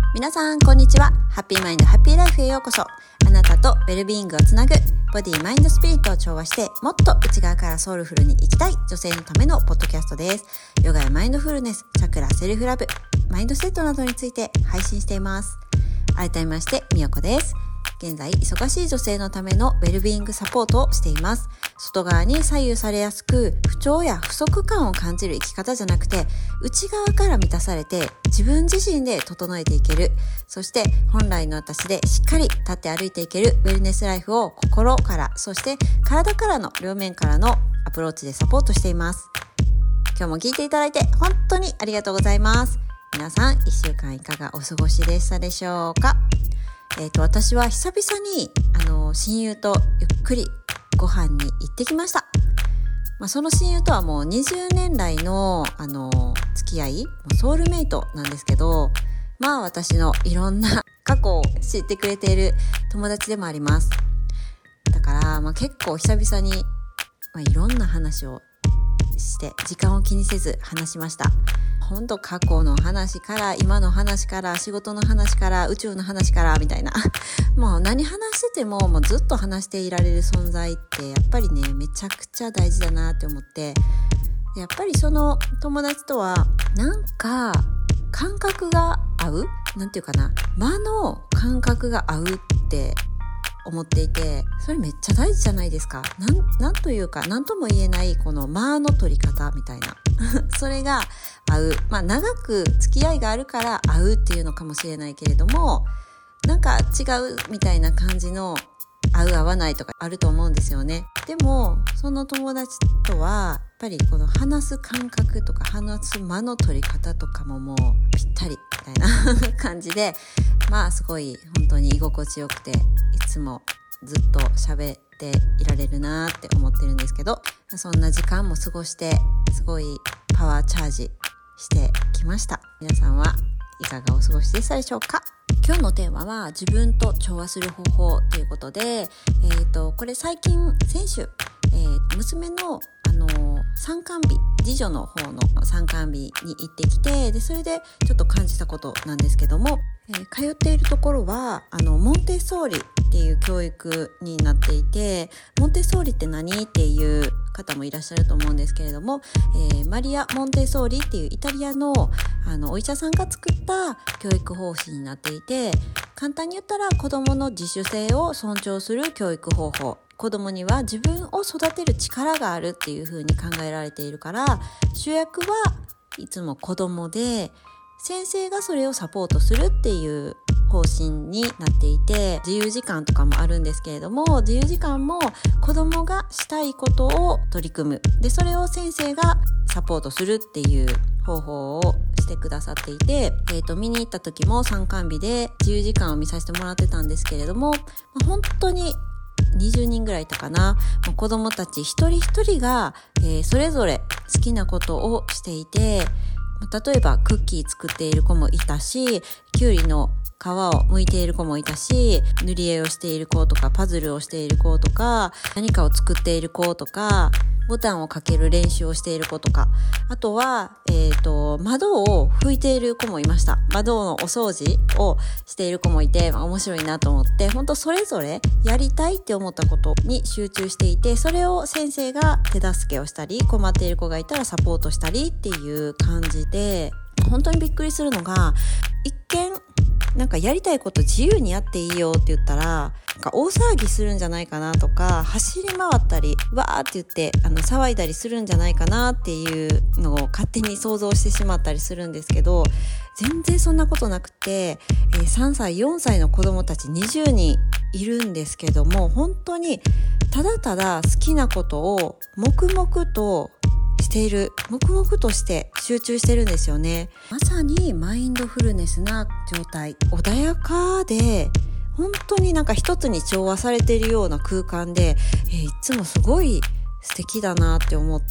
皆さんこんにちは。ハッピーマインドハッピーライフへようこそ。あなたとウェルビーイングをつなぐボディマインドスピリットを調和してもっと内側からソウルフルに生きたい女性のためのポッドキャストです。ヨガやマインドフルネス、チャクラ、セルフラブ、マインドセットなどについて配信しています。改めましてみよこです。現在忙しい女性のためのウェルビーイングサポートをしています。外側に左右されやすく不調や不足感を感じる生き方じゃなくて、内側から満たされて自分自身で整えていける、そして本来の私でしっかり立って歩いていけるウェルネスライフを心からそして体からの両面からのアプローチでサポートしています。今日も聞いていただいて本当にありがとうございます。皆さん1週間いかがお過ごしでしたでしょうか。私は久々に親友とゆっくりご飯に行ってきました。その親友とはもう20年来の付き合い、ソウルメイトなんですけど、私のいろんな過去を知ってくれている友達でもあります。だから結構久々にいろんな話をして時間を気にせず話しました。本当過去の話から今の話から仕事の話から宇宙の話からみたいなもう何話しててもずっと話していられる存在ってやっぱりねめちゃくちゃ大事だなって思って、やっぱりその友達とはなんか感覚が合う、なんていうかな、間の感覚が合うって思っていて、それめっちゃ大事じゃないですか。なんというか何とも言えないこの間の取り方みたいなそれが合う。長く付き合いがあるから合うっていうのかもしれないけれども、なんか違うみたいな感じの合う合わないとかあると思うんですよね。でもその友達とはやっぱりこの話す感覚とか話す間の取り方とかももうぴったりみたいな感じで、すごい本当に居心地よくて、いつもずっと喋っていられるなって思ってるんですけど、そんな時間も過ごしてすごいパワーチャージしてきました。皆さんはいかがお過ごしでしたでしょうか。今日のテーマは自分と調和する方法ということで、これ先週、娘の参観日、次女の方の参観日に行ってきて、でそれでちょっと感じたことなんですけども、通っているところはモンテッソーリっていう教育になっていて、モンテッソーリって何っていう方もいらっしゃると思うんですけれども、マリア・モンテッソーリっていうイタリアのお医者さんが作った教育方針になっていて、簡単に言ったら子どもの自主性を尊重する教育方法、子どもには自分を育てる力があるっていう風に考えられているから、主役はいつも子どもで、先生がそれをサポートするっていう方針になっていて、自由時間とかもあるんですけれども、自由時間も子どもがしたいことを取り組む、でそれを先生がサポートするっていう方法をしてくださっていて、見に行った時も参観日で自由時間を見させてもらってたんですけれども、本当に20人ぐらいいたかな。子どもたち一人一人が、それぞれ好きなことをしていて、例えばクッキー作っている子もいたし、きゅうりの皮を剥いている子もいたし、塗り絵をしている子とかパズルをしている子とか、何かを作っている子とか、ボタンをかける練習をしている子とか、あとは、窓を拭いている子もいました。窓のお掃除をしている子もいて、面白いなと思って、本当それぞれやりたいって思ったことに集中していて、それを先生が手助けをしたり、困っている子がいたらサポートしたりっていう感じで、本当にびっくりするのが、一見なんかやりたいこと自由にやっていいよって言ったら、なんか大騒ぎするんじゃないかなとか、走り回ったりわーって言って騒いだりするんじゃないかなっていうのを勝手に想像してしまったりするんですけど、全然そんなことなくて、3歳4歳の子供たち20人いるんですけども、本当にただただ好きなことを黙々としている、黙々として集中してるんですよね。まさにマインドフルネスな状態、穏やかで本当になんか一つに調和されているような空間で、いつもすごい素敵だなって思って、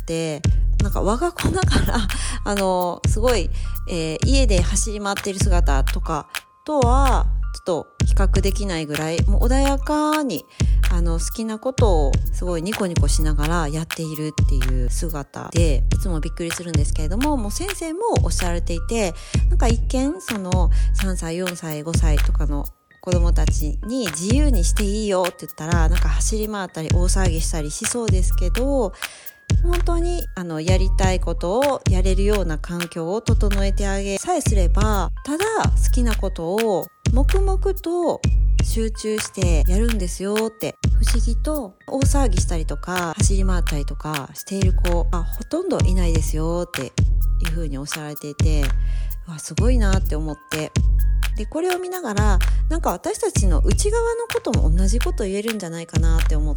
なんか我が子だからすごい、家で走り回っている姿とかとはちょっと比較できないぐらいもう穏やかに好きなことをすごいニコニコしながらやっているっていう姿でいつもびっくりするんですけれども、もう先生もおっしゃられていて、なんか一見その3歳4歳5歳とかの子供たちに自由にしていいよって言ったらなんか走り回ったり大騒ぎしたりしそうですけど、本当にやりたいことをやれるような環境を整えてあげさえすれば、ただ好きなことを黙々と集中してやるんですよって、不思議と大騒ぎしたりとか走り回ったりとかしている子はほとんどいないですよっていうふうにおっしゃられていて、すごいなって思って、でこれを見ながらなんか私たちの内側のことも同じこと言えるんじゃないかなって思って、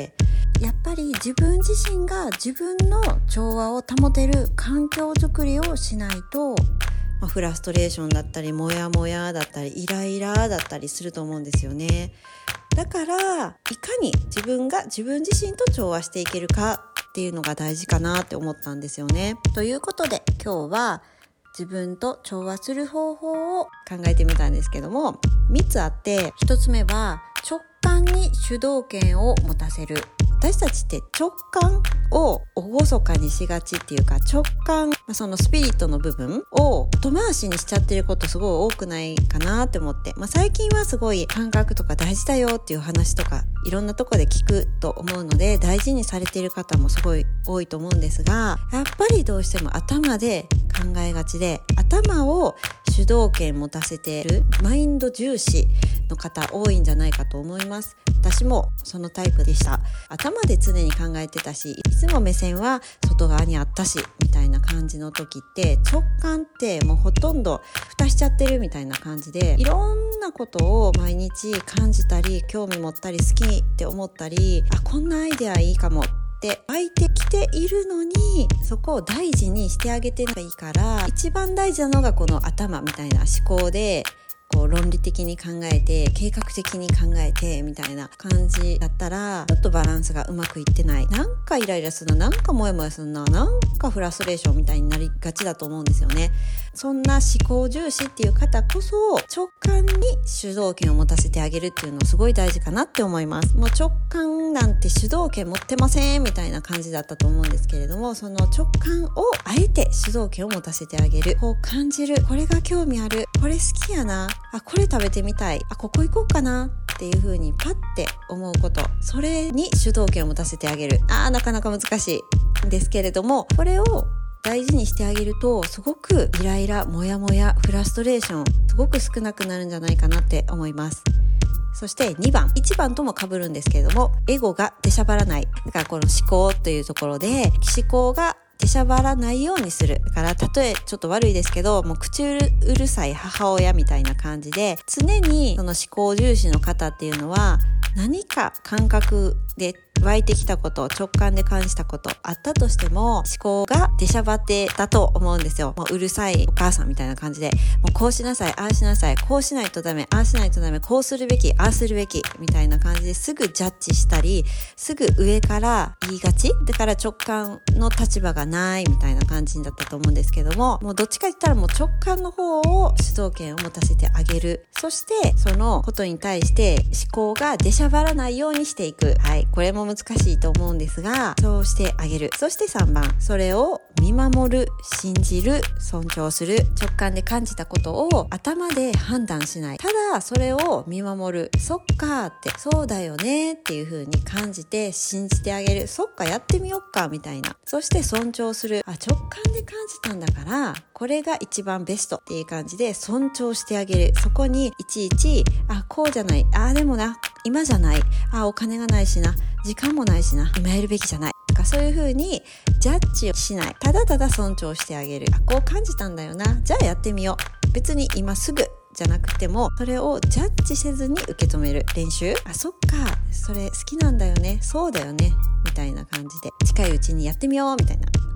やっぱり自分自身が自分の調和を保てる環境づくりをしないと、フラストレーションだったりモヤモヤだったりイライラだったりすると思うんですよね。だからいかに自分が自分自身と調和していけるかっていうのが大事かなって思ったんですよね。ということで今日は自分と調和する方法を考えてみたんですけども、3つあって、1つ目は直感に主導権を持たせる。私たちって直感を厳かにしがちっていうか、直感、そのスピリットの部分を後回しにしちゃってることすごい多くないかなって思って、最近はすごい感覚とか大事だよっていう話とかいろんなとこで聞くと思うので、大事にされている方もすごい多いと思うんですが、やっぱりどうしても頭で考えがちで、頭を主導権持たせているマインド重視の方多いんじゃないかと思います。私もそのタイプでした。頭で常に考えてたし、いつも目線は外側にあったしみたいな感じの時って、直感ってもうほとんど蓋しちゃってるみたいな感じで、いろんなことを毎日感じたり興味持ったり好きって思ったり、こんなアイデアいいかもって湧いてきているのに、そこを大事にしてあげてないから、一番大事なのがこの頭みたいな思考で論理的に考えて計画的に考えてみたいな感じだったら、ちょっとバランスがうまくいってない、なんかイライラするな、なんかモヤモヤするな、なんかフラストレーションみたいになりがちだと思うんですよね。そんな思考重視っていう方こそ直感に主導権を持たせてあげるっていうのすごい大事かなって思います。もう直感なんて主導権持ってませんみたいな感じだったと思うんですけれども、その直感をあえて主導権を持たせてあげる、感じる、これが興味ある、これ好きやな、これ食べてみたい、ここ行こうかなっていう風にパッて思うこと、それに主導権を持たせてあげる。なかなか難しいんですけれども、これを大事にしてあげると、すごくイライラ、モヤモヤ、フラストレーションすごく少なくなるんじゃないかなって思います。そして2番、1番とも被るんですけれども、エゴが出しゃばらない。だからこの思考というところで、思考が出しゃばらないようにする。だから例えちょっと悪いですけど、もう口うるさい母親みたいな感じで、常にその思考重視の方っていうのは、何か感覚で湧いてきたこと、直感で感じたことあったとしても、思考が出しゃばってたと思うんですよ。もううるさいお母さんみたいな感じで、もうこうしなさい、ああしなさい、こうしないとダメ、ああしないとダメ、こうするべき、ああするべきみたいな感じですぐジャッジしたり、すぐ上から言いがち。だから直感の立場がないみたいな感じだったと思うんですけども、もうどっちか言ったらもう直感の方を主導権を持たせてあげる。そしてそのことに対して思考が出しゃばらないようにしていく。これも難しいと思うんですが、そうしてあげる。そして3番、それを見守る、信じる、尊重する。直感で感じたことを頭で判断しない。ただそれを見守る。そっかって、そうだよねっていう風に感じて信じてあげる。そっか、やってみよっかみたいな。そして尊重する。直感で感じたんだからこれが一番ベストっていう感じで尊重してあげる。そこにいちいちこうじゃない、でもな、今じゃない、お金がないしな、時間もないしな、今やるべきじゃないとか、そういう風にジャッジをしない。ただただ尊重してあげる。こう感じたんだよな、じゃあやってみよう。別に今すぐじゃなくても、それをジャッジせずに受け止める練習。そっか、それ好きなんだよね、そうだよねみたいな感じで、近いうちにやってみようみたいな。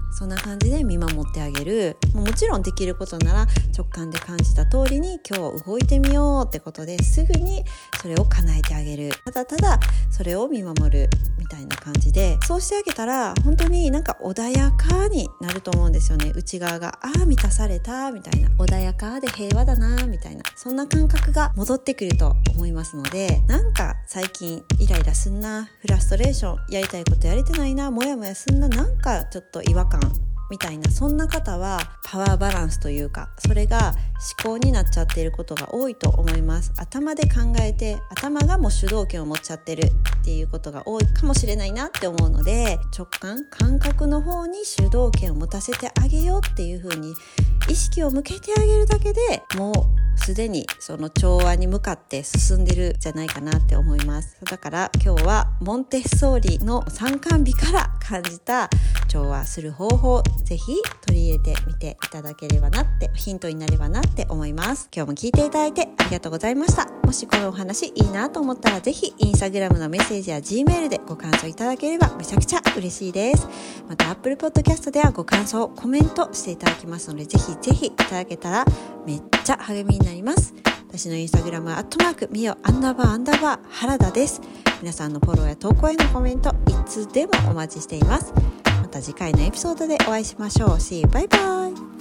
そんな感じで見守ってあげる。もちろんできることなら直感で感じた通りに今日動いてみようってことですぐにそれを叶えてあげる。ただただそれを見守るみたいな感じで、そうしてあげたら本当になんか穏やかになると思うんですよね。内側が満たされたみたいな、穏やかで平和だなみたいな、そんな感覚が戻ってくると思いますので、なんか最近イライラすんな、フラストレーション、やりたいことやれてないな、モヤモヤすんな、なんかちょっと違和感みたいな、そんな方はパワーバランスというか、それが思考になっちゃっていることが多いと思います。頭で考えて、頭がもう主導権を持っちゃってるっていうことが多いかもしれないなって思うので、直感、感覚の方に主導権を持たせてあげようっていう風に意識を向けてあげるだけで、もうすでにその調和に向かって進んでるんじゃないかなって思います。だから今日はモンテッソーリの参観日から感じた調和する方法、ぜひ取り入れてみていただければなって、ヒントになればなって思います。今日も聞いていただいてありがとうございました。もしこのお話いいなと思ったら、ぜひインスタグラムのメッセージや Gmail でご感想いただければめちゃくちゃ嬉しいです。また Apple Podcast ではご感想、コメントしていただきますので、ぜひぜひいただけたらめっちゃ励みになります。私のインスタグラムは@miyo__原田です。皆さんのフォローや投稿へのコメント、いつでもお待ちしています。また次回のエピソードでお会いしましょう。See you, bye bye!